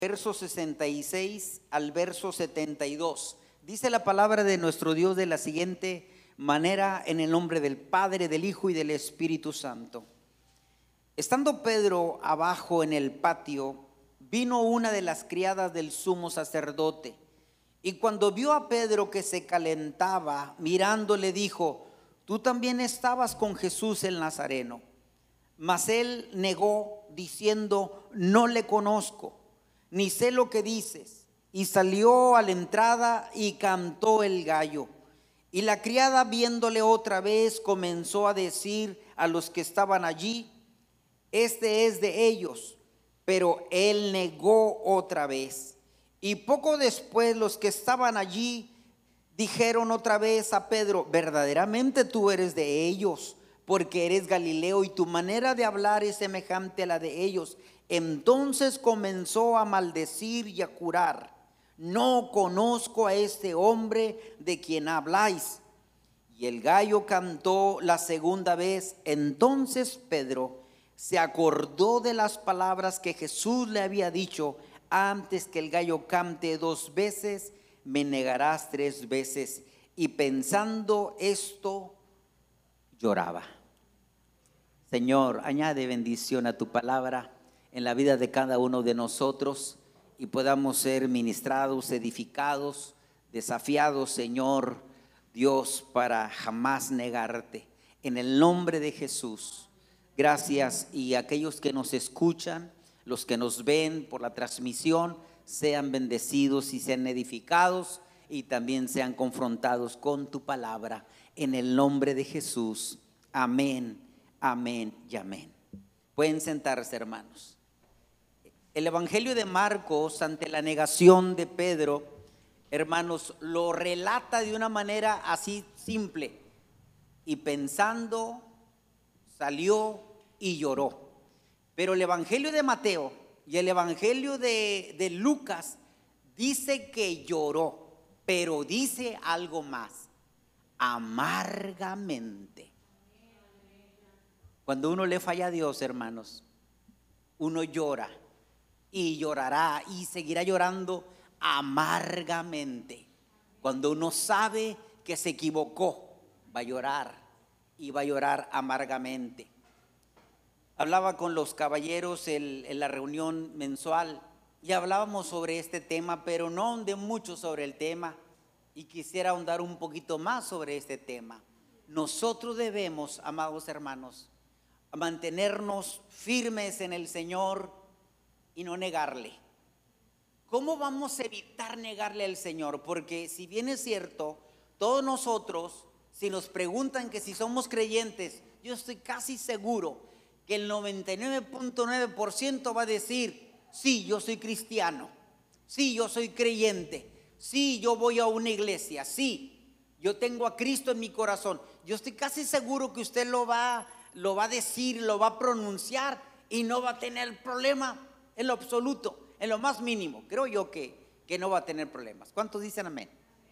verso 66 al verso 72. Dice la palabra de nuestro Dios de la siguiente manera, en el nombre del Padre, del Hijo y del Espíritu Santo. Estando Pedro abajo en el patio, vino una de las criadas del sumo sacerdote, y cuando vio a Pedro que se calentaba, mirándole dijo: tú también estabas con Jesús el Nazareno. Mas él negó, diciendo: no le conozco, ni sé lo que dices. Y salió a la entrada y cantó el gallo. Y la criada, viéndole otra vez, comenzó a decir a los que estaban allí: este es de ellos. Pero él negó otra vez. Y poco después los que estaban allí dijeron otra vez a Pedro: verdaderamente tú eres de ellos, porque eres Galileo y tu manera de hablar es semejante a la de ellos. Entonces comenzó a maldecir y a jurar: no conozco a este hombre de quien habláis. Y el gallo cantó la segunda vez. Entonces Pedro se acordó de las palabras que Jesús le había dicho: antes que el gallo cante 2 veces, me negarás 3 veces. Y pensando esto, lloraba. Señor, añade bendición a tu palabra en la vida de cada uno de nosotros, y podamos ser ministrados, edificados, desafiados, Señor Dios, para jamás negarte. En el nombre de Jesús, gracias. Y aquellos que nos escuchan, los que nos ven por la transmisión, sean bendecidos y sean edificados, y también sean confrontados con tu palabra. En el nombre de Jesús, amén, amén y amén. Pueden sentarse, hermanos. El Evangelio de Marcos, ante la negación de Pedro, hermanos, lo relata de una manera así simple: y pensando, salió y lloró. Pero el Evangelio de Mateo y el Evangelio de Lucas dice que lloró, pero dice algo más: amargamente. Cuando uno le falla a Dios, hermanos, uno llora y llorará y seguirá llorando amargamente. Cuando uno sabe que se equivocó, va a llorar, y va a llorar amargamente. Hablaba con los caballeros en la reunión mensual y hablábamos sobre este tema, pero no ahondé mucho sobre el tema, y quisiera ahondar un poquito más sobre este tema. Nosotros debemos, amados hermanos, mantenernos firmes en el Señor y no negarle. ¿Cómo vamos a evitar negarle al Señor? Porque si bien es cierto, todos nosotros, si nos preguntan que si somos creyentes, yo estoy casi seguro que el 99.9% va a decir: sí, yo soy cristiano, sí, yo soy creyente, sí, yo voy a una iglesia, sí, yo tengo a Cristo en mi corazón. Yo estoy casi seguro que usted lo va a decir, lo va a pronunciar, y no va a tener problema en lo absoluto, en lo más mínimo. Creo yo que no va a tener problemas. ¿Cuántos dicen amén?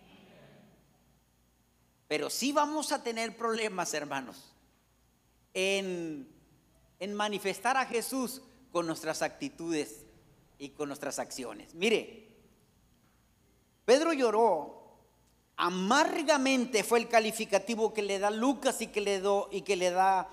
Pero sí vamos a tener problemas, hermanos, en manifestar a Jesús con nuestras actitudes y con nuestras acciones. Mire, Pedro lloró amargamente, fue el calificativo que le da Lucas y que le da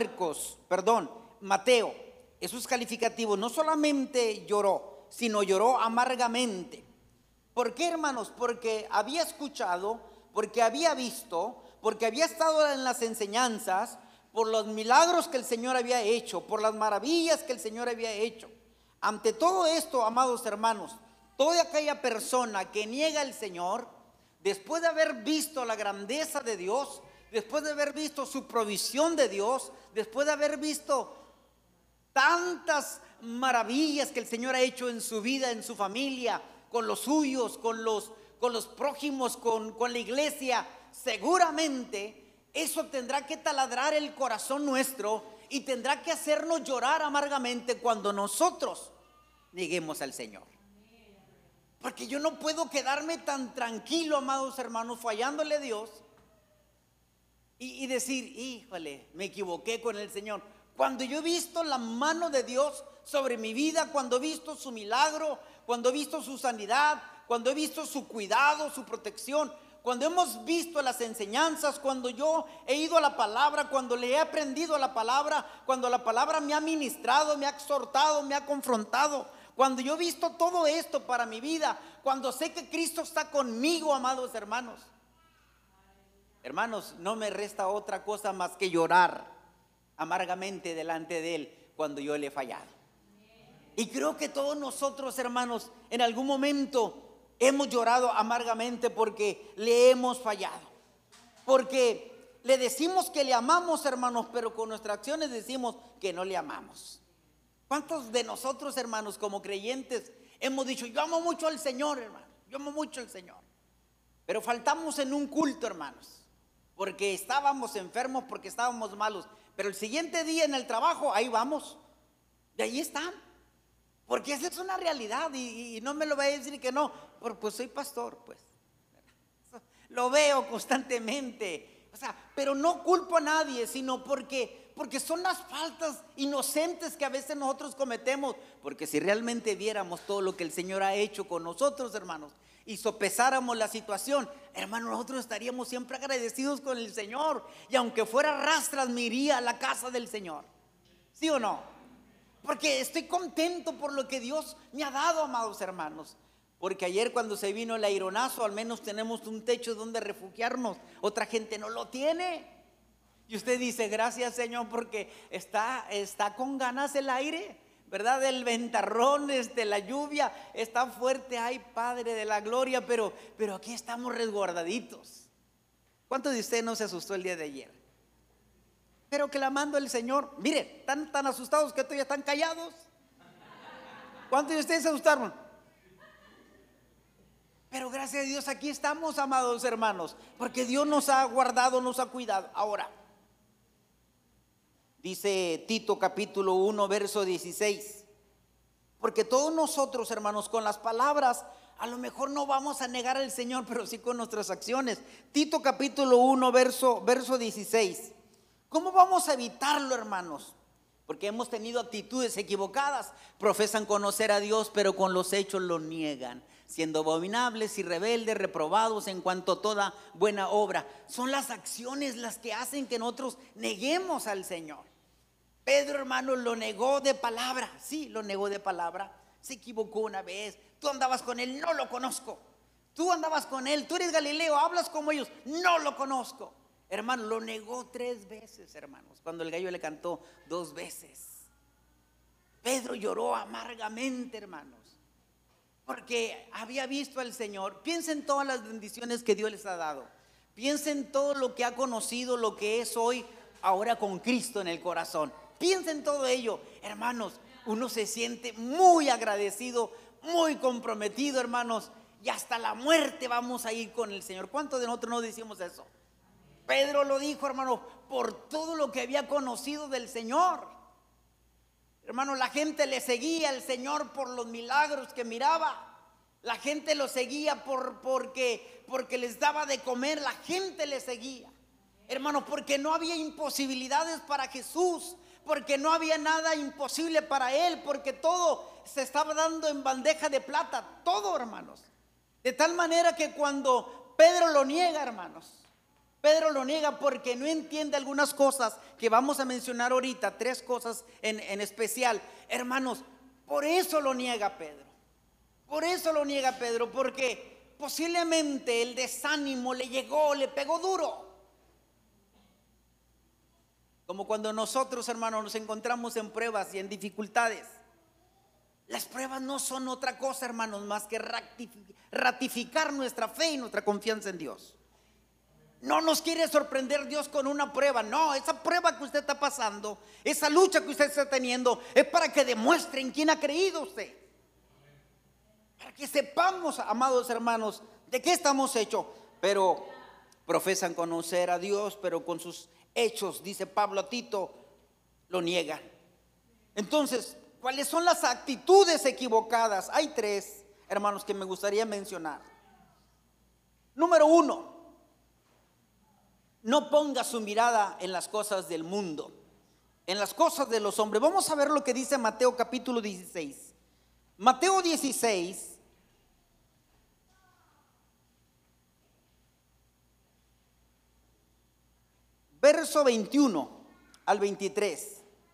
Mateo. Esos calificativos. No solamente lloró, sino lloró amargamente. ¿Por qué, hermanos? Porque había escuchado, porque había visto, porque había estado en las enseñanzas, por los milagros que el Señor había hecho, por las maravillas que el Señor había hecho. Ante todo esto, amados hermanos, toda aquella persona que niega al Señor, después de haber visto la grandeza de Dios, después de haber visto su provisión de Dios, después de haber visto tantas maravillas que el Señor ha hecho en su vida, en su familia, con los suyos, con los prójimos, con la iglesia, seguramente eso tendrá que taladrar el corazón nuestro y tendrá que hacernos llorar amargamente cuando nosotros neguemos al Señor. Porque yo no puedo quedarme tan tranquilo, amados hermanos, fallándole a Dios y decir: híjole, me equivoqué con el Señor. Cuando yo he visto la mano de Dios sobre mi vida, cuando he visto su milagro, cuando he visto su sanidad, cuando he visto su cuidado, su protección, cuando hemos visto las enseñanzas, cuando yo he ido a la palabra, cuando le he aprendido a la palabra, cuando la palabra me ha ministrado, me ha exhortado, me ha confrontado, cuando yo he visto todo esto para mi vida, cuando sé que Cristo está conmigo, amados hermanos. Hermanos, no me resta otra cosa más que llorar amargamente delante de Él cuando yo le he fallado. Y creo que todos nosotros, hermanos, en algún momento hemos llorado amargamente porque le hemos fallado, porque le decimos que le amamos, hermanos, pero con nuestras acciones decimos que no le amamos. ¿Cuántos de nosotros, hermanos, como creyentes hemos dicho: yo amo mucho al Señor, hermano, yo amo mucho al Señor, pero faltamos en un culto, hermanos, porque estábamos enfermos, porque estábamos malos, pero el siguiente día en el trabajo ahí vamos, y ahí están? Porque esa es una realidad, y no me lo vaya a decir que no, pues soy pastor, pues lo veo constantemente, o sea, pero no culpo a nadie, sino porque son las faltas inocentes que a veces nosotros cometemos. Porque si realmente viéramos todo lo que el Señor ha hecho con nosotros, hermanos, y sopesáramos la situación, hermanos, nosotros estaríamos siempre agradecidos con el Señor, y aunque fuera rastras me iría a la casa del Señor, ¿sí o no? Porque estoy contento por lo que Dios me ha dado, amados hermanos. Porque ayer cuando se vino el aironazo, al menos tenemos un techo donde refugiarnos. Otra gente no lo tiene. Y usted dice: gracias, Señor, porque está con ganas el aire, ¿verdad? El ventarrón, la lluvia está fuerte. Ay, Padre de la gloria, pero aquí estamos resguardaditos. ¿Cuántos de ustedes no se asustó el día de ayer? Pero clamando al Señor. Mire, tan asustados que todavía están callados. ¿Cuántos de ustedes se asustaron? Pero gracias a Dios aquí estamos, amados hermanos, porque Dios nos ha guardado, nos ha cuidado. Ahora, dice Tito capítulo 1 verso 16: porque todos nosotros, hermanos, con las palabras a lo mejor no vamos a negar al Señor, pero sí con nuestras acciones. Tito capítulo 1 verso 16. ¿Cómo vamos a evitarlo, hermanos? Porque hemos tenido actitudes equivocadas. Profesan conocer a Dios, pero con los hechos lo niegan, siendo abominables y rebeldes, reprobados en cuanto a toda buena obra. Son las acciones las que hacen que nosotros neguemos al Señor. Pedro, hermano, lo negó de palabra. Sí, lo negó de palabra. Se equivocó una vez. Tú andabas con él, no lo conozco. Tú andabas con él, tú eres Galileo, hablas como ellos, no lo conozco. Hermano, lo negó 3 veces, hermanos, cuando el gallo le cantó 2 veces. Pedro lloró amargamente, hermanos, porque había visto al Señor. Piensen en todas las bendiciones que Dios les ha dado. Piensen en todo lo que ha conocido, lo que es hoy, ahora con Cristo en el corazón. Piensen en todo ello, hermanos. Uno se siente muy agradecido, muy comprometido, hermanos, y hasta la muerte vamos a ir con el Señor. ¿Cuántos de nosotros no decimos eso? Pedro lo dijo, hermano, por todo lo que había conocido del Señor. Hermano, la gente le seguía al Señor por los milagros que miraba. La gente lo seguía porque les daba de comer. La gente le seguía, hermano, porque no había imposibilidades para Jesús, porque no había nada imposible para Él, porque todo se estaba dando en bandeja de plata, todo, hermanos. De tal manera que cuando Pedro lo niega, hermanos, Pedro lo niega porque no entiende algunas cosas que vamos a mencionar ahorita, 3 cosas en especial. Hermanos, por eso lo niega Pedro. Por eso lo niega Pedro, porque posiblemente el desánimo le llegó, le pegó duro. Como cuando nosotros, hermanos, nos encontramos en pruebas y en dificultades. Las pruebas no son otra cosa, hermanos, más que ratificar nuestra fe y nuestra confianza en Dios. No nos quiere sorprender Dios con una prueba. No, esa prueba que usted está pasando, esa lucha que usted está teniendo, es para que demuestre en quién ha creído usted. Para que sepamos, amados hermanos, de qué estamos hechos. Pero profesan conocer a Dios, pero con sus hechos, dice Pablo a Tito, lo niegan. Entonces, ¿cuáles son las actitudes equivocadas? Hay 3, hermanos, que me gustaría mencionar. Número 1: no ponga su mirada en las cosas del mundo, en las cosas de los hombres. Vamos a ver lo que dice Mateo capítulo 16. Mateo 16, verso 21 al 23.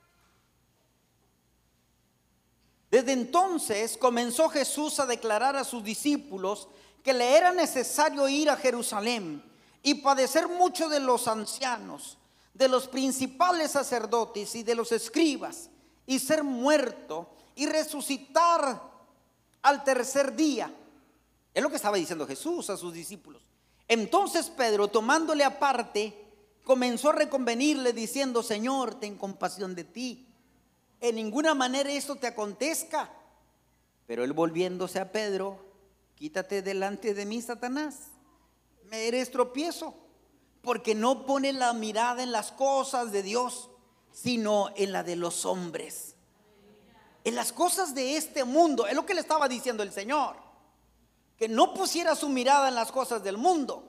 Desde entonces comenzó Jesús a declarar a sus discípulos que le era necesario ir a Jerusalén y padecer mucho de los ancianos, de los principales sacerdotes y de los escribas, y ser muerto y resucitar al tercer día. Es lo que estaba diciendo Jesús a sus discípulos. Entonces Pedro, tomándole aparte, comenzó a reconvenirle diciendo: Señor, ten compasión de ti, en ninguna manera esto te acontezca. Pero él, volviéndose a Pedro: quítate delante de mí, Satanás, me eres tropiezo, porque no pone la mirada en las cosas de Dios, sino en la de los hombres, en las cosas de este mundo. Es lo que le estaba diciendo el Señor, que no pusiera su mirada en las cosas del mundo.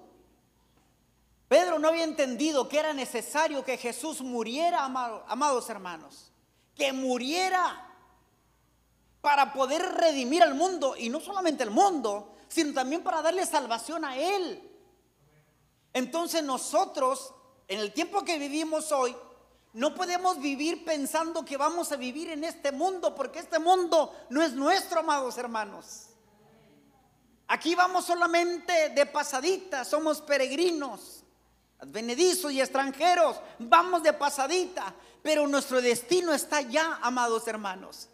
Pedro no había entendido que era necesario que Jesús muriera, amados hermanos, que muriera para poder redimir al mundo, y no solamente al mundo, sino también para darle salvación a él. Entonces nosotros, en el tiempo que vivimos hoy, no podemos vivir pensando que vamos a vivir en este mundo, porque este mundo no es nuestro, amados hermanos. Aquí vamos solamente de pasadita, somos peregrinos, advenedizos y extranjeros, vamos de pasadita, pero nuestro destino está allá, amados hermanos.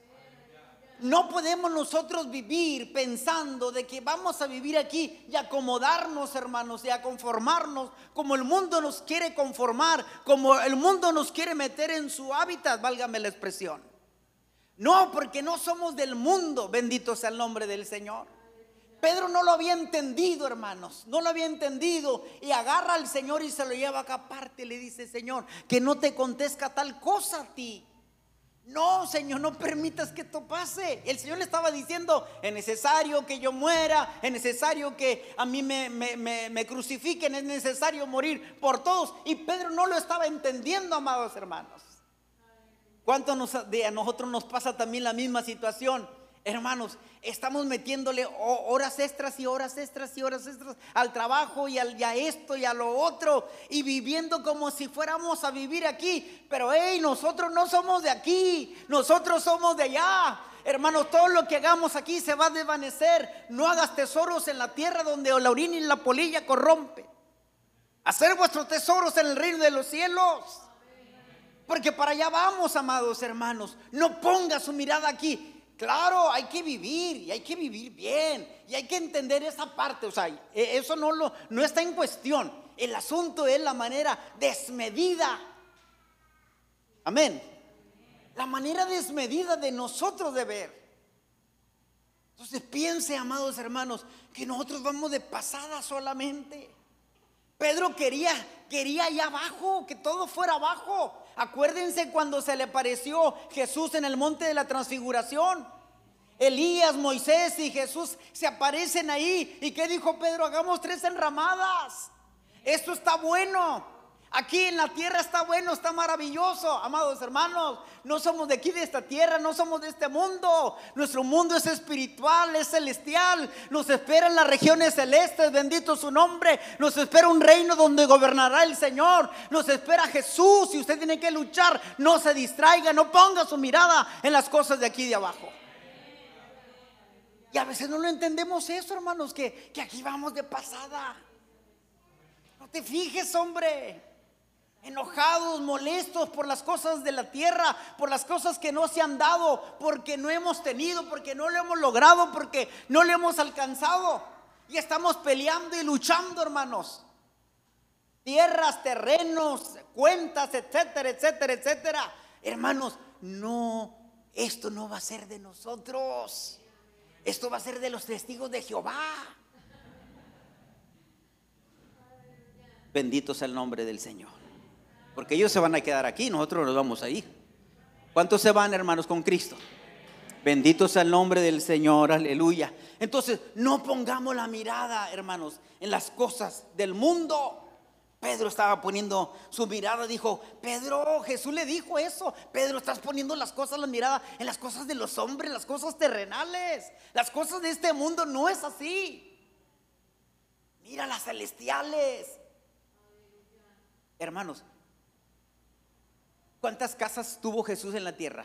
No podemos nosotros vivir pensando de que vamos a vivir aquí y acomodarnos, hermanos, y a conformarnos como el mundo nos quiere conformar, como el mundo nos quiere meter en su hábitat, válgame la expresión. No, porque no somos del mundo, bendito sea el nombre del Señor. Pedro no lo había entendido, hermanos, no lo había entendido, y agarra al Señor y se lo lleva acá aparte y le dice: Señor, que no te acontezca tal cosa a ti. No, Señor, no permitas que esto pase. El Señor le estaba diciendo: es necesario que yo muera, es necesario que a mí me crucifiquen, es necesario morir por todos. Y Pedro no lo estaba entendiendo, amados hermanos. ¿Cuánto a nosotros nos pasa también la misma situación? Hermanos, estamos metiéndole horas extras y horas extras y horas extras al trabajo y a esto y a lo otro, y viviendo como si fuéramos a vivir aquí. Pero nosotros no somos de aquí, nosotros somos de allá. Hermanos, todo lo que hagamos aquí se va a desvanecer. No hagas tesoros en la tierra donde la orina y la polilla corrompe. Hacer vuestros tesoros en el reino de los cielos, porque para allá vamos, amados hermanos. No ponga su mirada aquí. Claro, hay que vivir, y hay que vivir bien, y hay que entender esa parte. O sea, eso no está en cuestión. El asunto es la manera desmedida. Amén. La manera desmedida de nosotros de ver. Entonces piense, amados hermanos, que nosotros vamos de pasada solamente. Pedro quería allá abajo, que todo fuera abajo. Acuérdense cuando se le apareció Jesús en el monte de la transfiguración. Elías, Moisés y Jesús se aparecen ahí. ¿Y qué dijo Pedro? Hagamos 3 enramadas. Esto está bueno. Aquí en la tierra está bueno, está maravilloso. Amados hermanos, no somos de aquí, de esta tierra, no somos de este mundo. Nuestro mundo es espiritual, es celestial. Nos espera en las regiones celestes, bendito su nombre. Nos espera un reino donde gobernará el Señor. Nos espera Jesús, y usted tiene que luchar. No se distraiga, no ponga su mirada en las cosas de aquí de abajo. Y a veces no lo entendemos eso, hermanos, que aquí vamos de pasada. No te fijes, hombre. Enojados, molestos por las cosas de la tierra, por las cosas que no se han dado, porque no hemos tenido, porque no lo hemos logrado, porque no lo hemos alcanzado. Y estamos peleando y luchando, hermanos. Tierras, terrenos, cuentas, etcétera, etcétera, etcétera. Hermanos, no, esto no va a ser de nosotros. Esto va a ser de los testigos de Jehová. Bendito sea el nombre del Señor. Porque ellos se van a quedar aquí, nosotros nos vamos a ir. ¿Cuántos se van, hermanos, con Cristo? Bendito sea el nombre del Señor, aleluya. Entonces, no pongamos la mirada, hermanos, en las cosas del mundo. Pedro estaba poniendo su mirada, dijo, Pedro, Jesús le dijo eso. Pedro, estás poniendo las cosas, la mirada en las cosas de los hombres, las cosas terrenales. Las cosas de este mundo no es así. Mira las celestiales. Hermanos, ¿cuántas casas tuvo Jesús en la tierra?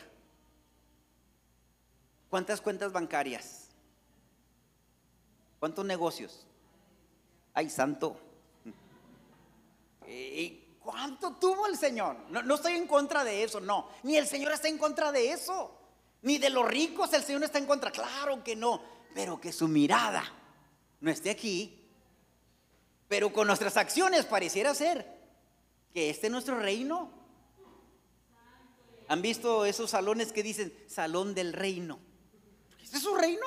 ¿Cuántas cuentas bancarias? ¿Cuántos negocios? Ay, santo. ¿Y cuánto tuvo el Señor? No estoy en contra de eso, no. Ni el Señor está en contra de eso. Ni de los ricos el Señor está en contra. Claro que no. Pero que su mirada no esté aquí. Pero con nuestras acciones pareciera ser que este es nuestro reino. ¿Han visto esos salones que dicen salón del reino? ¿Este es su reino?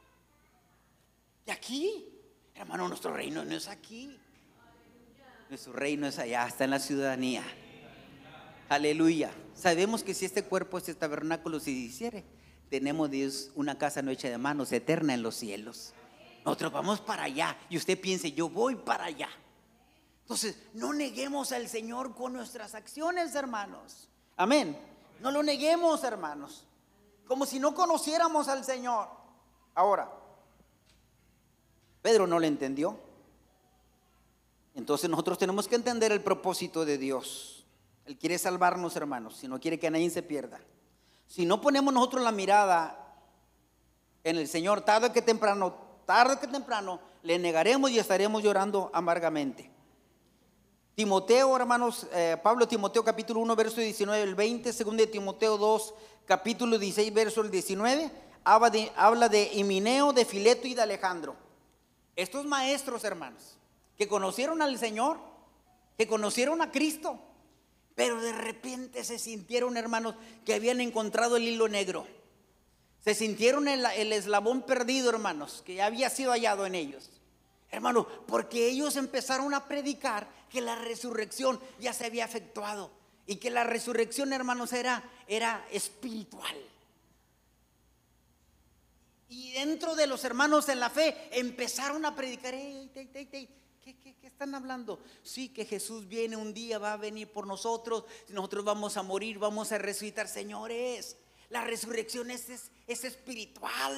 Y aquí, hermano, nuestro reino no es aquí. Nuestro reino es allá, está en la ciudadanía. Aleluya. Sabemos que si este cuerpo, este tabernáculo se hiciere, tenemos Dios una casa no hecha de manos, eterna en los cielos. Nosotros vamos para allá. Y usted piense, yo voy para allá. Entonces, no neguemos al Señor con nuestras acciones, hermanos. Amén. No lo neguemos, hermanos, como si no conociéramos al Señor. Ahora, Pedro no le entendió. Entonces nosotros tenemos que entender el propósito de Dios. Él quiere salvarnos, hermanos, si no quiere que nadie se pierda. Si no ponemos nosotros la mirada en el Señor, tarde que temprano, le negaremos y estaremos llorando amargamente. Timoteo, hermanos, Pablo, Timoteo capítulo 1, verso 19 al 20, segundo de Timoteo 2, capítulo 16, verso 19, habla de Himeneo, de Fileto y de Alejandro. Estos maestros, hermanos, que conocieron al Señor, que conocieron a Cristo, pero de repente se sintieron, hermanos, que habían encontrado el hilo negro. Se sintieron el eslabón perdido, hermanos, que ya había sido hallado en ellos. Hermano, porque ellos empezaron a predicar que la resurrección ya se había efectuado y que la resurrección, hermanos, era espiritual. Y dentro de los hermanos en la fe empezaron a predicar. ¿Qué están hablando? Sí, que Jesús viene un día, va a venir por nosotros, nosotros vamos a morir, vamos a resucitar. Señores, la resurrección es espiritual.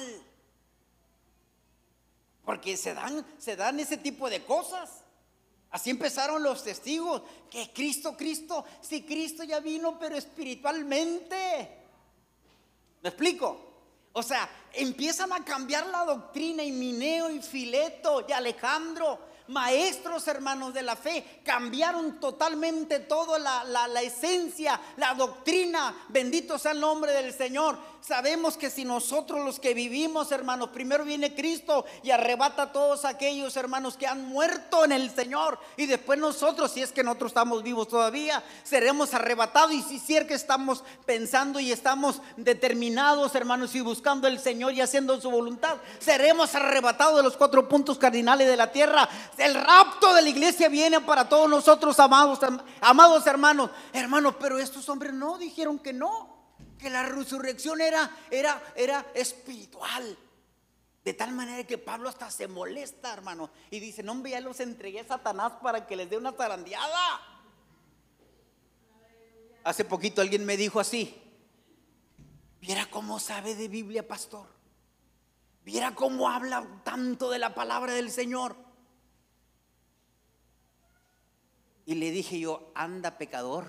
Porque se dan ese tipo de cosas. Así empezaron los testigos, que Cristo, sí, Cristo ya vino, pero espiritualmente. ¿Me explico? O sea, empiezan a cambiar la doctrina. Himeneo y Fileto y Alejandro, maestros, hermanos de la fe, cambiaron totalmente toda la esencia, la doctrina. Bendito sea el nombre del Señor. Sabemos que si nosotros los que vivimos, hermanos, primero viene Cristo y arrebata a todos aquellos, hermanos, que han muerto en el Señor, y después nosotros, si es que nosotros estamos vivos todavía, seremos arrebatados. Y si es que estamos pensando y estamos determinados, hermanos, y buscando el Señor y haciendo su voluntad, seremos arrebatados de los 4 puntos cardinales de la tierra. El rapto de la iglesia viene para todos nosotros, amados hermanos. Hermanos, pero estos hombres no dijeron que no, que la resurrección era espiritual. De tal manera que Pablo hasta se molesta, hermano, y dice: no, hombre, ya los entregué a Satanás para que les dé una zarandeada. Hace poquito alguien me dijo así: viera cómo sabe de Biblia, pastor, viera cómo habla tanto de la palabra del Señor. Y le dije yo: anda, pecador.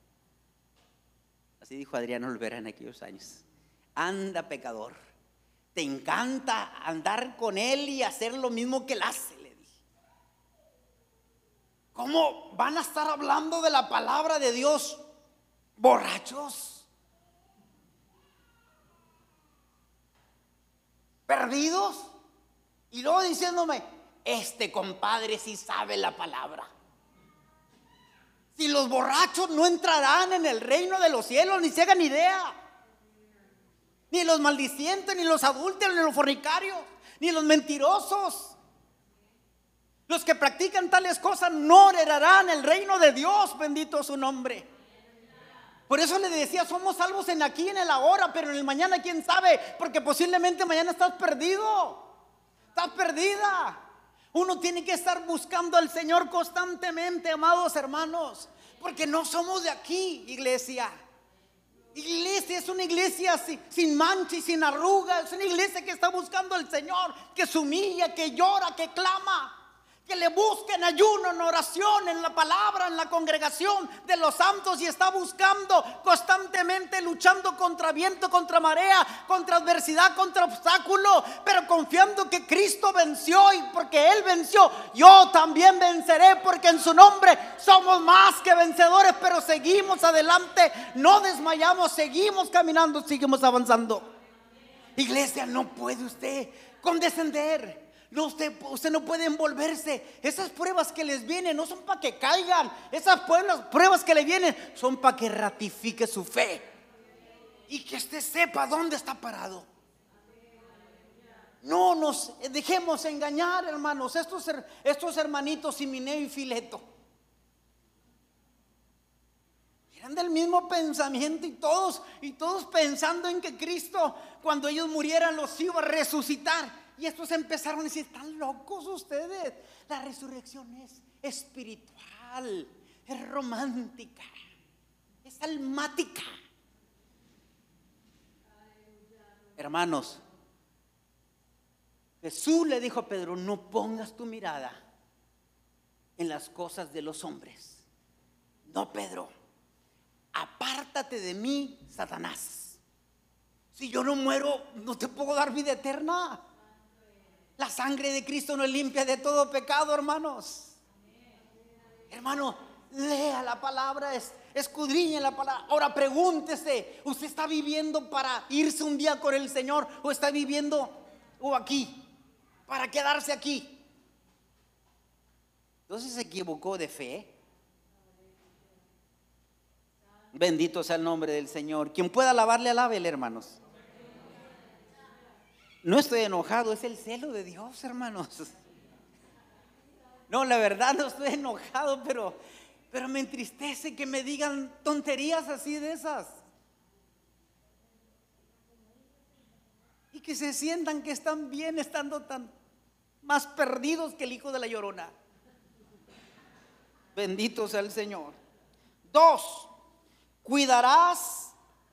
Así dijo Adriano Olvera en aquellos años: anda, pecador, te encanta andar con él y hacer lo mismo que él hace. Le dije: ¿cómo van a estar hablando de la palabra de Dios borrachos, perdidos? Y luego diciéndome: este compadre sí sabe la palabra. Si los borrachos no entrarán en el reino de los cielos, ni se hagan idea. Ni los maldicientes, ni los adúlteros, ni los fornicarios, ni los mentirosos. Los que practican tales cosas no heredarán el reino de Dios. Bendito su nombre. Por eso le decía: somos salvos en aquí, en el ahora, pero en el mañana quién sabe, porque posiblemente mañana estás perdido, estás perdida. Uno tiene que estar buscando al Señor constantemente, amados hermanos, porque no somos de aquí, iglesia. Iglesia es una iglesia sin mancha y sin arrugas. Es una iglesia que está buscando al Señor, que se humilla, que llora, que clama, que le busca en ayuno, en oración, en la palabra, en la congregación de los santos, y está buscando constantemente, luchando contra viento, contra marea, contra adversidad, contra obstáculo, pero confiando que Cristo venció, y porque Él venció, yo también venceré, porque en su nombre somos más que vencedores. Pero seguimos adelante, no desmayamos, seguimos caminando, seguimos avanzando. Iglesia, no puede usted condescender. No, usted no puede envolverse. Esas pruebas que les vienen no son para que caigan. Esas pruebas que le vienen son para que ratifique su fe y que usted sepa dónde está parado. No nos dejemos engañar, hermanos. Estos hermanitos Himeneo y Fileto eran del mismo pensamiento, y todos pensando en que Cristo, cuando ellos murieran, los iba a resucitar. Y estos empezaron a decir: están locos ustedes. La resurrección es espiritual, es romántica, es almática. Hermanos, Jesús le dijo a Pedro: no pongas tu mirada en las cosas de los hombres. No, Pedro, apártate de mí, Satanás. Si yo no muero, no te puedo dar vida eterna. La sangre de Cristo nos limpia de todo pecado, hermanos. Hermano, lea la palabra, escudriñe la palabra. Ahora pregúntese: ¿usted está viviendo para irse un día con el Señor, o está viviendo aquí para quedarse aquí? Entonces se equivocó de fe. Bendito sea el nombre del Señor. Quien pueda alabarle, alábele, hermanos. No estoy enojado, es el celo de Dios, hermanos. No, la verdad no estoy enojado, pero me entristece que me digan tonterías así de esas, y que se sientan que están bien estando tan más perdidos que el hijo de la Llorona. Bendito sea el Señor. 2, cuidarás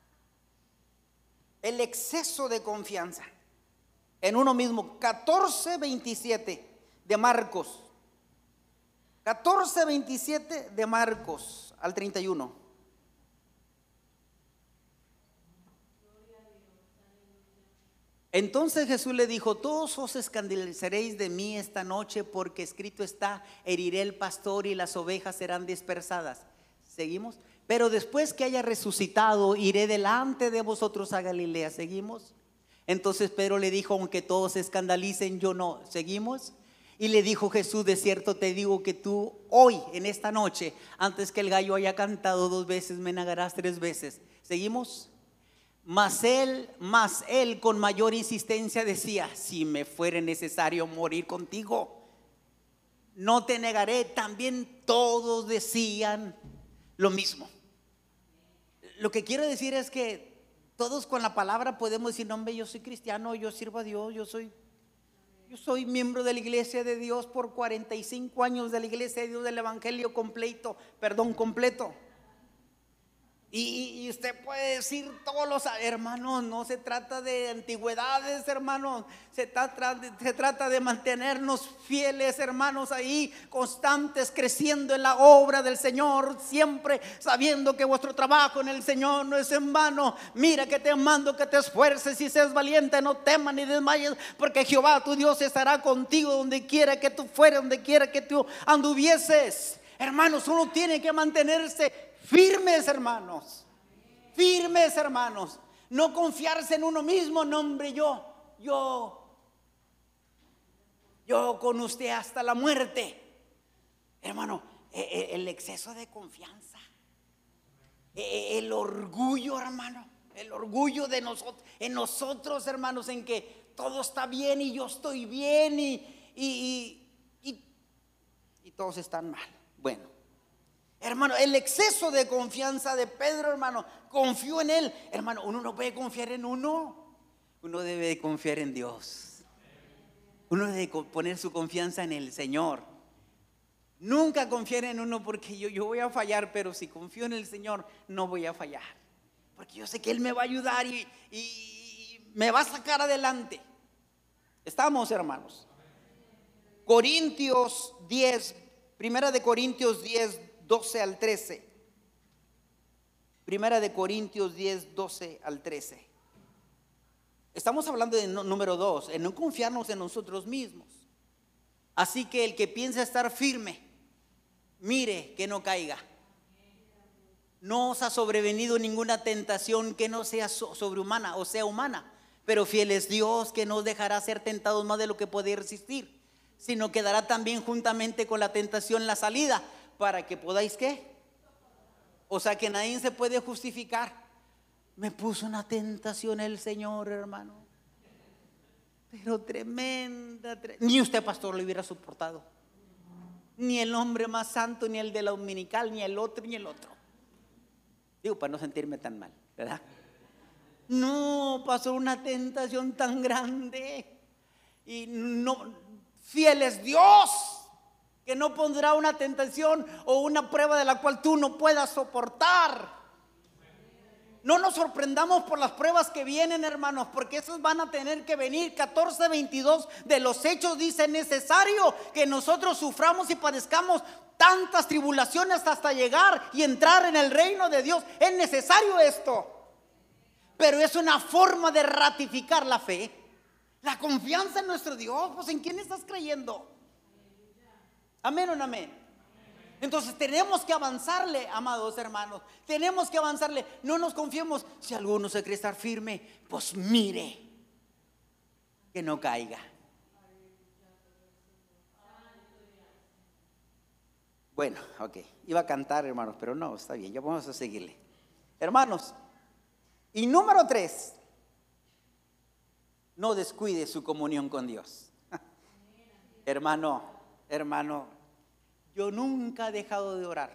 el exceso de confianza en uno mismo. 14:27 de Marcos. 14:27 de Marcos al 31. Entonces Jesús le dijo: todos os escandalizaréis de mí esta noche, porque escrito está: heriré el pastor y las ovejas serán dispersadas. Seguimos. Pero después que haya resucitado, iré delante de vosotros a Galilea. Seguimos. Entonces Pedro le dijo: aunque todos se escandalicen, yo no. Seguimos. Y le dijo Jesús: de cierto te digo que tú hoy, en esta noche, antes que el gallo haya cantado 2 veces, me negarás 3 veces. Seguimos. Mas él con mayor insistencia decía: si me fuere necesario morir contigo, no te negaré. También todos decían lo mismo. Lo que quiero decir es que todos con la palabra podemos decir: no, hombre, yo soy cristiano, yo sirvo a Dios, yo soy miembro de la iglesia de Dios por 45 años, de la iglesia de Dios, del evangelio completo. Y usted puede decir todos los hermanos, no se trata de antigüedades, hermanos, se trata de mantenernos fieles, hermanos, ahí constantes, creciendo en la obra del Señor, siempre sabiendo que vuestro trabajo en el Señor no es en vano. Mira que te mando que te esfuerces y seas valiente, no temas ni desmayes, porque Jehová tu Dios estará contigo donde quiera que tú fueras, donde quiera que tú anduvieses. Hermanos, uno tiene que mantenerse firmes, hermanos. Firmes, hermanos. No confiarse en uno mismo. No, hombre, yo con usted hasta la muerte. Hermano, el exceso de confianza, el orgullo, hermano, el orgullo de nosotros, en nosotros, hermanos, en que todo está bien y yo estoy bien y todos están mal. Bueno, hermano, el exceso de confianza de Pedro, hermano, confió en él. Hermano, uno no puede confiar en uno debe confiar en Dios. Uno debe poner su confianza en el Señor. Nunca confiar en uno porque yo voy a fallar, pero si confío en el Señor no voy a fallar. Porque yo sé que Él me va a ayudar y me va a sacar adelante. ¿Estamos, hermanos? Corintios 10, Primera de Corintios 10, 12 al 13. Primera de Corintios 10, 12 al 13. Estamos hablando de número 2, en no confiarnos en nosotros mismos. Así que el que piensa estar firme, mire que no caiga. No os ha sobrevenido ninguna tentación que no sea sobrehumana o sea humana, pero fiel es Dios, que no os dejará ser tentados más de lo que podéis resistir, sino que dará también juntamente con la tentación la salida, para que podáis ¿qué? O sea que nadie se puede justificar. Me puso una tentación el Señor, hermano, pero tremenda. Ni usted, pastor, lo hubiera soportado, ni el hombre más santo, ni el de la dominical, ni el otro, ni el otro. Digo, para no sentirme tan mal, ¿verdad? No, pasó una tentación tan grande. Y no, fiel es Dios, que no pondrá una tentación o una prueba de la cual tú no puedas soportar. No nos sorprendamos por las pruebas que vienen, hermanos, porque esas van a tener que venir. 14:22 de los Hechos dice: necesario que nosotros suframos y padezcamos tantas tribulaciones hasta llegar y entrar en el reino de Dios. Es necesario esto, pero es una forma de ratificar la fe, la confianza en nuestro Dios. Pues ¿en quién estás creyendo? Amén o no amén. Entonces tenemos que avanzarle, amados hermanos, tenemos que avanzarle. No nos confiemos. Si alguno se cree estar firme, pues mire que no caiga. Bueno, ok, iba a cantar, hermanos, pero no, está bien, ya vamos a seguirle, hermanos. Y número 3, no descuide su comunión con Dios. Hermano, yo nunca he dejado de orar.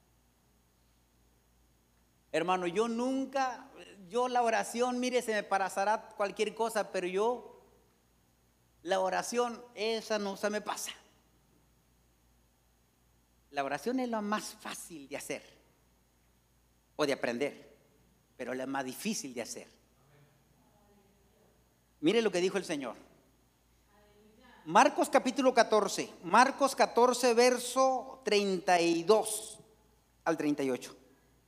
Hermano, yo la oración, mire, se me pasará cualquier cosa, pero la oración, esa no se me pasa. La oración es la más fácil de hacer o de aprender, pero la más difícil de hacer. Mire lo que dijo el Señor. Marcos capítulo 14, Marcos 14, verso 32 al 38.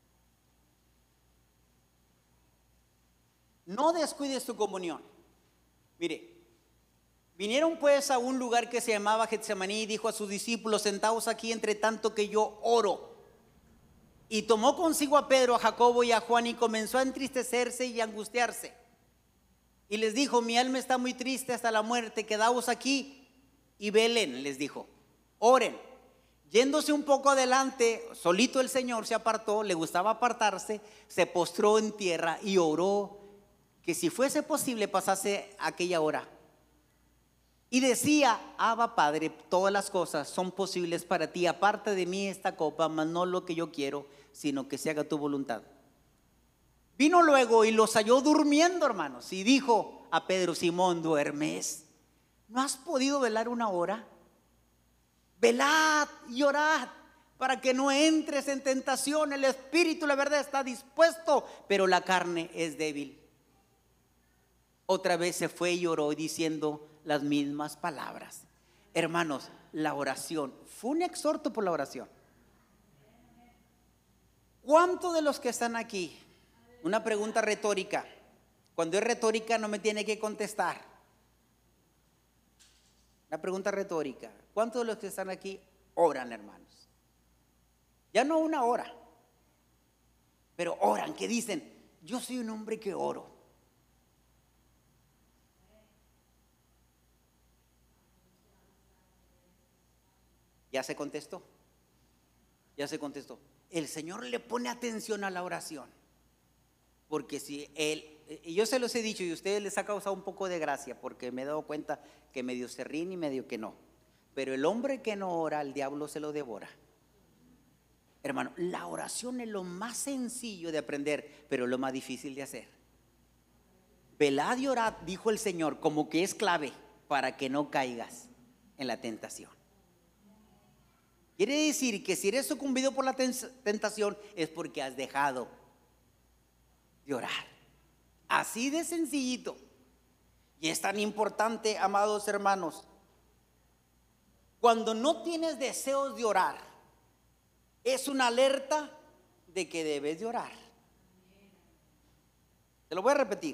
No descuides tu comunión. Mire, vinieron pues a un lugar que se llamaba Getsemaní y dijo a sus discípulos: sentaos aquí entre tanto que yo oro. Y tomó consigo a Pedro, a Jacobo y a Juan y comenzó a entristecerse y a angustiarse. Y les dijo: mi alma está muy triste hasta la muerte, quedaos aquí y velen, les dijo, oren. Yéndose un poco adelante, solito el Señor se apartó, le gustaba apartarse, se postró en tierra y oró que si fuese posible pasase aquella hora. Y decía: Abba Padre, todas las cosas son posibles para ti, aparte de mí esta copa, mas no lo que yo quiero, sino que se haga tu voluntad. Vino luego y los halló durmiendo, hermanos, y dijo a Pedro: Simón, ¿duermes? ¿No has podido velar una hora? Velad y orad para que no entres en tentación. El espíritu, la verdad, está dispuesto, pero la carne es débil. Otra vez se fue y oró diciendo las mismas palabras. Hermanos, la oración fue un exhorto por la oración. ¿Cuántos de los que están aquí? Una pregunta retórica. Cuando es retórica no me tiene que contestar. Una pregunta retórica. ¿Cuántos de los que están aquí oran, hermanos? Ya no una hora, pero oran, que dicen: yo soy un hombre que oro. Ya se contestó. Ya se contestó. El Señor le pone atención a la oración. Porque si Él, y yo se los he dicho y a ustedes les ha causado un poco de gracia, porque me he dado cuenta que medio se ríen y medio que no. Pero el hombre que no ora, el diablo se lo devora. Hermano, la oración es lo más sencillo de aprender, pero lo más difícil de hacer. Velad y orad, dijo el Señor, como que es clave. para que no caigas en la tentación. Quiere decir que si eres sucumbido por la tentación es porque has dejado de orar. Así de sencillito. Y es tan importante, amados hermanos, cuando no tienes deseos de orar, es una alerta de que debes de orar. Te lo voy a repetir.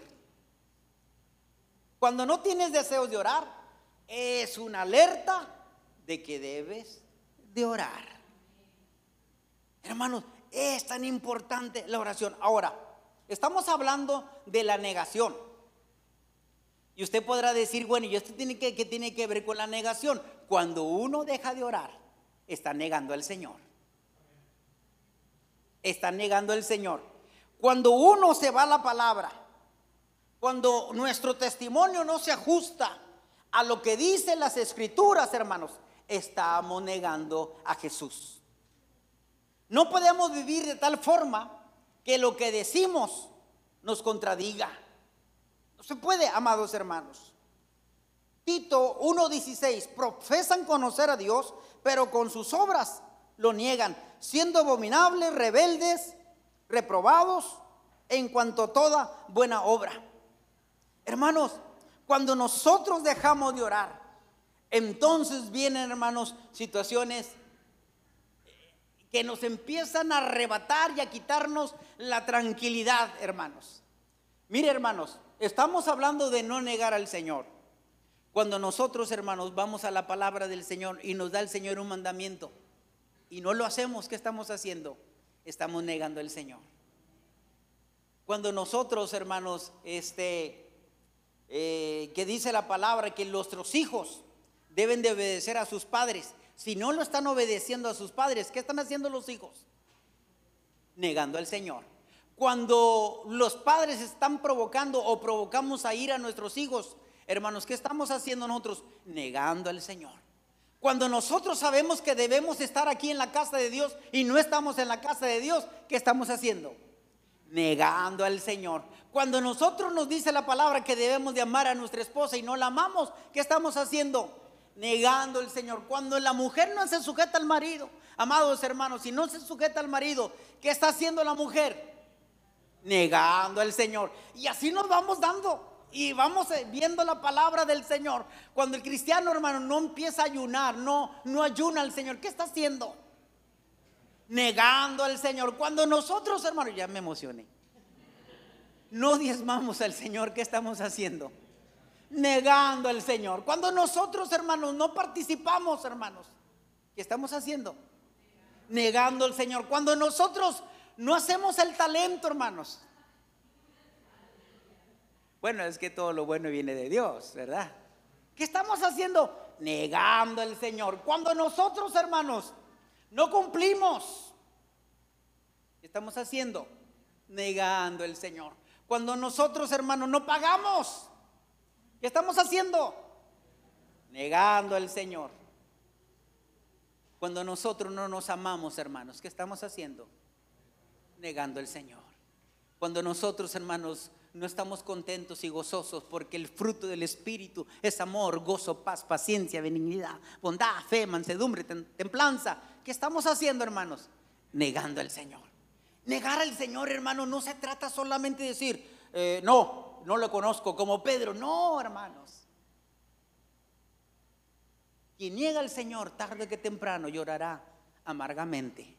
Cuando no tienes deseos de orar, es una alerta de que debes de orar. Hermanos, es tan importante la oración. Ahora, estamos hablando de la negación. Y usted podrá decir, bueno, ¿y esto qué tiene que ver con la negación? Cuando uno deja de orar, está negando al Señor. Está negando al Señor. Cuando uno se va a la palabra, cuando nuestro testimonio no se ajusta a lo que dicen las Escrituras, hermanos, estamos negando a Jesús. No podemos vivir de tal forma que lo que decimos nos contradiga. No se puede, amados hermanos. Tito 1:16, profesan conocer a Dios, pero con sus obras lo niegan, siendo abominables, rebeldes, reprobados en cuanto a toda buena obra. Hermanos, cuando nosotros dejamos de orar, entonces vienen, hermanos, situaciones que nos empiezan a arrebatar y a quitarnos la tranquilidad, hermanos. Mire, hermanos, estamos hablando de no negar al Señor. Cuando nosotros, hermanos, vamos a la palabra del Señor y nos da el Señor un mandamiento y no lo hacemos, ¿qué estamos haciendo? Estamos negando al Señor. Cuando nosotros, hermanos, que dice la palabra que nuestros hijos deben de obedecer a sus padres, si no lo están obedeciendo a sus padres, ¿qué están haciendo los hijos? Negando al Señor. Cuando los padres están provocando o provocamos a ir a nuestros hijos, hermanos, ¿qué estamos haciendo nosotros? Negando al Señor. Cuando nosotros sabemos que debemos estar aquí en la casa de Dios y no estamos en la casa de Dios, ¿qué estamos haciendo? Negando al Señor. Cuando nosotros nos dice la palabra que debemos de amar a nuestra esposa y no la amamos, ¿qué estamos haciendo? Negando al Señor. Cuando la mujer no se sujeta al marido, amados hermanos, si no se sujeta al marido, ¿qué está haciendo la mujer? Negando al Señor. Y así nos vamos dando y vamos viendo la palabra del Señor. Cuando el cristiano, hermano, no empieza a ayunar, no ayuna al Señor, ¿qué está haciendo? Negando al Señor. Cuando nosotros, hermano, ya me emocioné, no diezmamos al Señor, ¿qué estamos haciendo? Negando al Señor. Cuando nosotros, hermanos, no participamos, hermanos, ¿qué estamos haciendo? Negando al Señor. Cuando nosotros no hacemos el talento, hermanos. Bueno, es que todo lo bueno viene de Dios, ¿verdad? ¿Qué estamos haciendo? Negando al Señor. Cuando nosotros, hermanos, no cumplimos, ¿qué estamos haciendo? Negando al Señor. Cuando nosotros, hermanos, no pagamos, ¿qué estamos haciendo? Negando al Señor. Cuando nosotros no nos amamos, hermanos, ¿qué estamos haciendo? Negando al Señor. Cuando nosotros, hermanos, no estamos contentos y gozosos porque el fruto del Espíritu es amor, gozo, paz, paciencia, benignidad, bondad, fe, mansedumbre, templanza. ¿Qué estamos haciendo, hermanos? Negando al Señor. Negar al Señor, hermano, no se trata solamente de decir, no lo conozco, como Pedro. No, hermanos. Quien niega al Señor tarde que temprano llorará amargamente.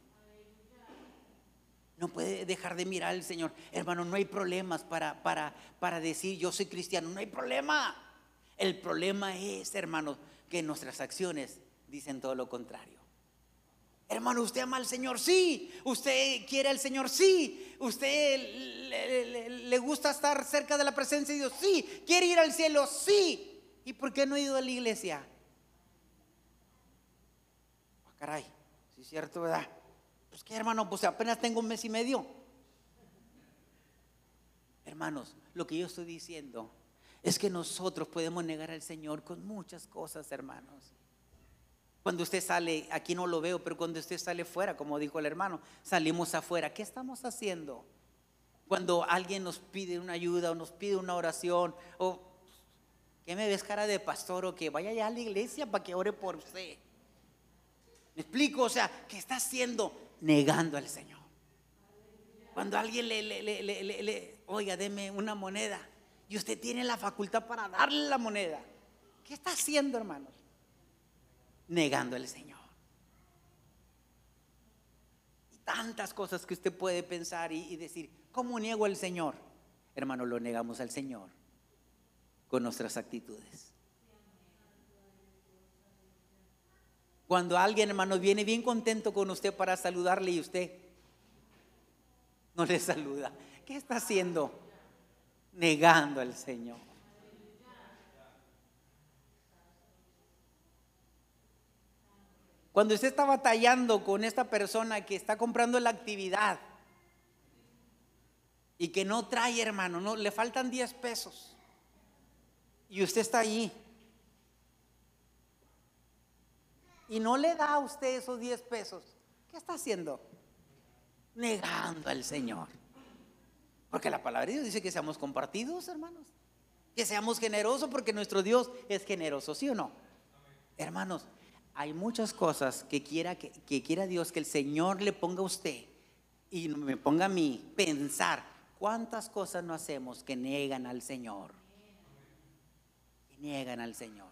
No puede dejar de mirar al Señor. Hermano, no hay problemas para decir yo soy cristiano. No hay problema. El problema es, hermano, que nuestras acciones dicen todo lo contrario. Hermano, ¿usted ama al Señor? Sí. ¿Usted quiere al Señor? Sí. ¿Usted le gusta estar cerca de la presencia de Dios? Sí. ¿Quiere ir al cielo? Sí. ¿Y por qué no ha ido a la iglesia? Caray, sí es cierto, ¿verdad? Pues que, hermano, pues apenas tengo un mes y medio. Hermanos, lo que yo estoy diciendo es que nosotros podemos negar al Señor con muchas cosas, hermanos. Cuando usted sale, aquí no lo veo, pero cuando usted sale fuera, como dijo el hermano, salimos afuera, ¿qué estamos haciendo? Cuando alguien nos pide una ayuda o nos pide una oración, o ¿Qué me ves cara de pastor o que vaya ya a la iglesia para que ore por usted? ¿Me explico? O sea, ¿qué está haciendo? Negando al Señor. Cuando alguien oiga, deme una moneda, y usted tiene la facultad para darle la moneda, ¿qué está haciendo, hermanos? Negando al Señor. Y tantas cosas que usted puede pensar y decir, ¿cómo niego al Señor? Hermano, lo negamos al Señor con nuestras actitudes. Cuando alguien, hermano, viene bien contento con usted para saludarle y usted no le saluda, ¿qué está haciendo? Negando al Señor. Cuando usted está batallando con esta persona que está comprando la actividad y que no trae, hermano, no, le faltan 10 pesos y usted está allí y no le da a usted esos 10 pesos, ¿qué está haciendo? Negando al Señor. Porque la palabra de Dios dice que seamos compartidos, hermanos, que seamos generosos, porque nuestro Dios es generoso, ¿sí o no? Hermanos, hay muchas cosas que quiera Dios que el Señor le ponga a usted y me ponga a mí pensar. ¿Cuántas cosas no hacemos que niegan al Señor? Que niegan al Señor.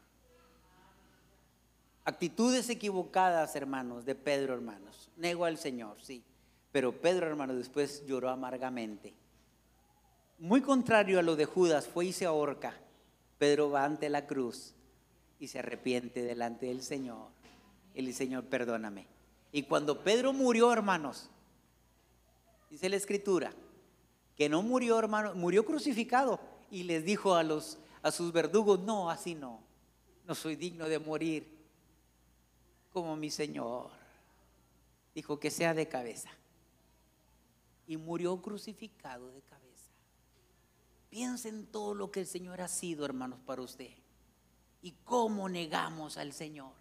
Actitudes equivocadas, hermanos, de Pedro, hermanos. Negó al Señor, sí. Pero Pedro, hermano, después lloró amargamente. Muy contrario a lo de Judas, fue y se ahorca. Pedro va ante la cruz y se arrepiente delante del Señor. Y le dice, Señor, perdóname. Y cuando Pedro murió, hermanos, dice la Escritura, que no murió, hermano, murió crucificado. Y les dijo a sus verdugos, no, así no soy digno de morir como mi Señor. Dijo que sea de cabeza. Y murió crucificado de cabeza. Piensen en todo lo que el Señor ha sido, hermanos, para usted. Y cómo negamos al Señor.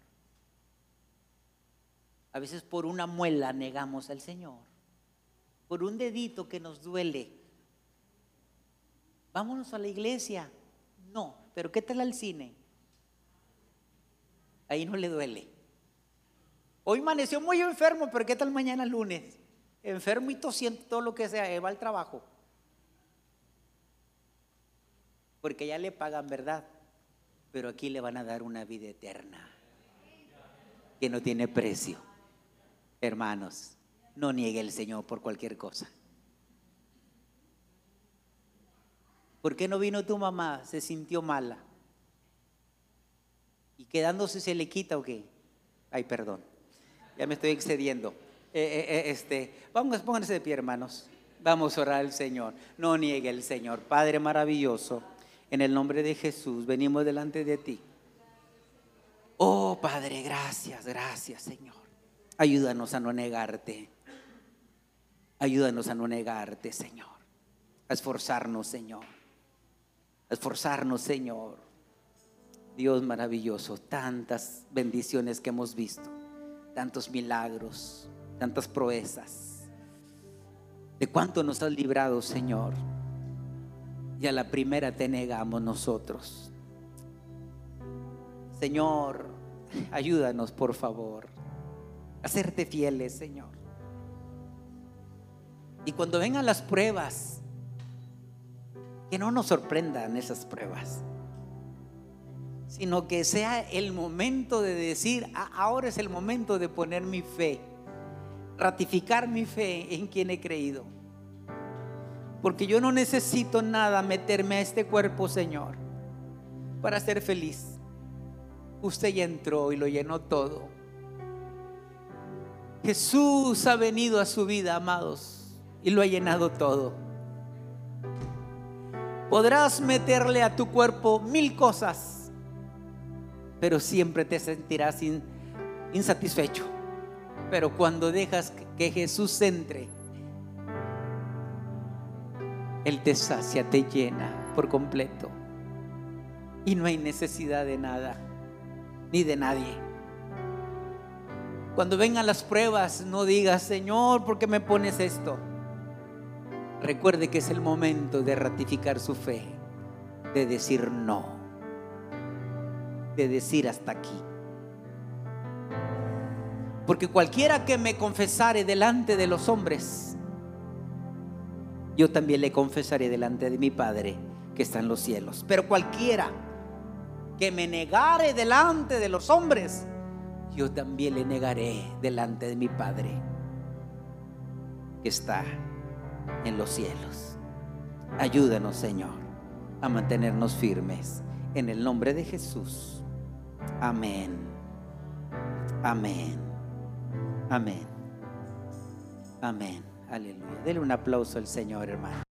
A veces por una muela negamos al Señor. Por un dedito que nos duele. Vámonos a la iglesia. No, pero ¿qué tal al cine? Ahí no le duele. Hoy amaneció muy enfermo, pero ¿qué tal mañana lunes? Enfermo y tosiendo, todo lo que sea, va al trabajo. Porque ya le pagan, ¿verdad? Pero aquí le van a dar una vida eterna que no tiene precio. Hermanos, no niegue el Señor por cualquier cosa. ¿Por qué no vino tu mamá? Se sintió mala. ¿Y quedándose se le quita o qué? Ay, perdón, ya me estoy excediendo. Pónganse de pie, hermanos. Vamos a orar al Señor. No niegue el Señor. Padre maravilloso, en el nombre de Jesús venimos delante de ti. Oh Padre, gracias, Señor. Ayúdanos a no negarte. Ayúdanos a no negarte, Señor. A esforzarnos, Señor. A esforzarnos, Señor. Dios maravilloso, tantas bendiciones que hemos visto, tantos milagros, tantas proezas. De cuánto nos has librado, Señor. Y a la primera te negamos nosotros. Señor, ayúdanos, por favor, a serte fieles, Señor. Y cuando vengan las pruebas, que no nos sorprendan esas pruebas, sino que sea el momento de decir, ahora es el momento de poner mi fe, ratificar mi fe en quien he creído. Porque yo no necesito nada meterme a este cuerpo, Señor, para ser feliz. Usted ya entró y lo llenó todo. Jesús ha venido a su vida, amados, y lo ha llenado todo. Podrás meterle a tu cuerpo 1000 cosas, pero siempre te sentirás insatisfecho. Pero cuando dejas que Jesús entre, Él te sacia, te llena por completo. Y no hay necesidad de nada, ni de nadie. Cuando vengan las pruebas, no digas, Señor, ¿por qué me pones esto? Recuerde que es el momento de ratificar su fe, de decir no. de decir hasta aquí. Porque cualquiera que me confesare delante de los hombres, yo también le confesaré delante de mi Padre que está en los cielos. Pero cualquiera que me negare delante de los hombres, yo también le negaré delante de mi Padre que está en los cielos. Ayúdanos, Señor, a mantenernos firmes en el nombre de Jesús. Amén. Amén. Amén. Amén. Aleluya. Dele un aplauso al Señor, hermano.